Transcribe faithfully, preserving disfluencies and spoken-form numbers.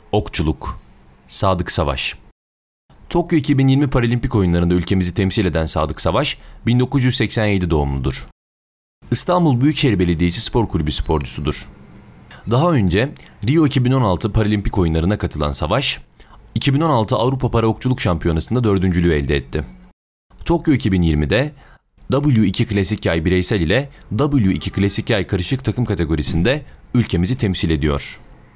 Okçuluk. Sadık Savaş. Tokyo iki bin yirmi Paralimpik Oyunları'nda ülkemizi temsil eden Sadık Savaş, bin dokuz yüz seksen yedi doğumludur. İstanbul Büyükşehir Belediyesi Spor Kulübü sporcusudur. Daha önce Rio iki bin on altı Paralimpik Oyunları'na katılan Savaş, iki bin on altı Avrupa Para Okçuluk Şampiyonası'nda dördüncülüğü elde etti. Tokyo iki bin yirmide W iki Klasik Yay bireysel ile W iki Klasik Yay karışık takım kategorisinde ülkemizi temsil ediyor.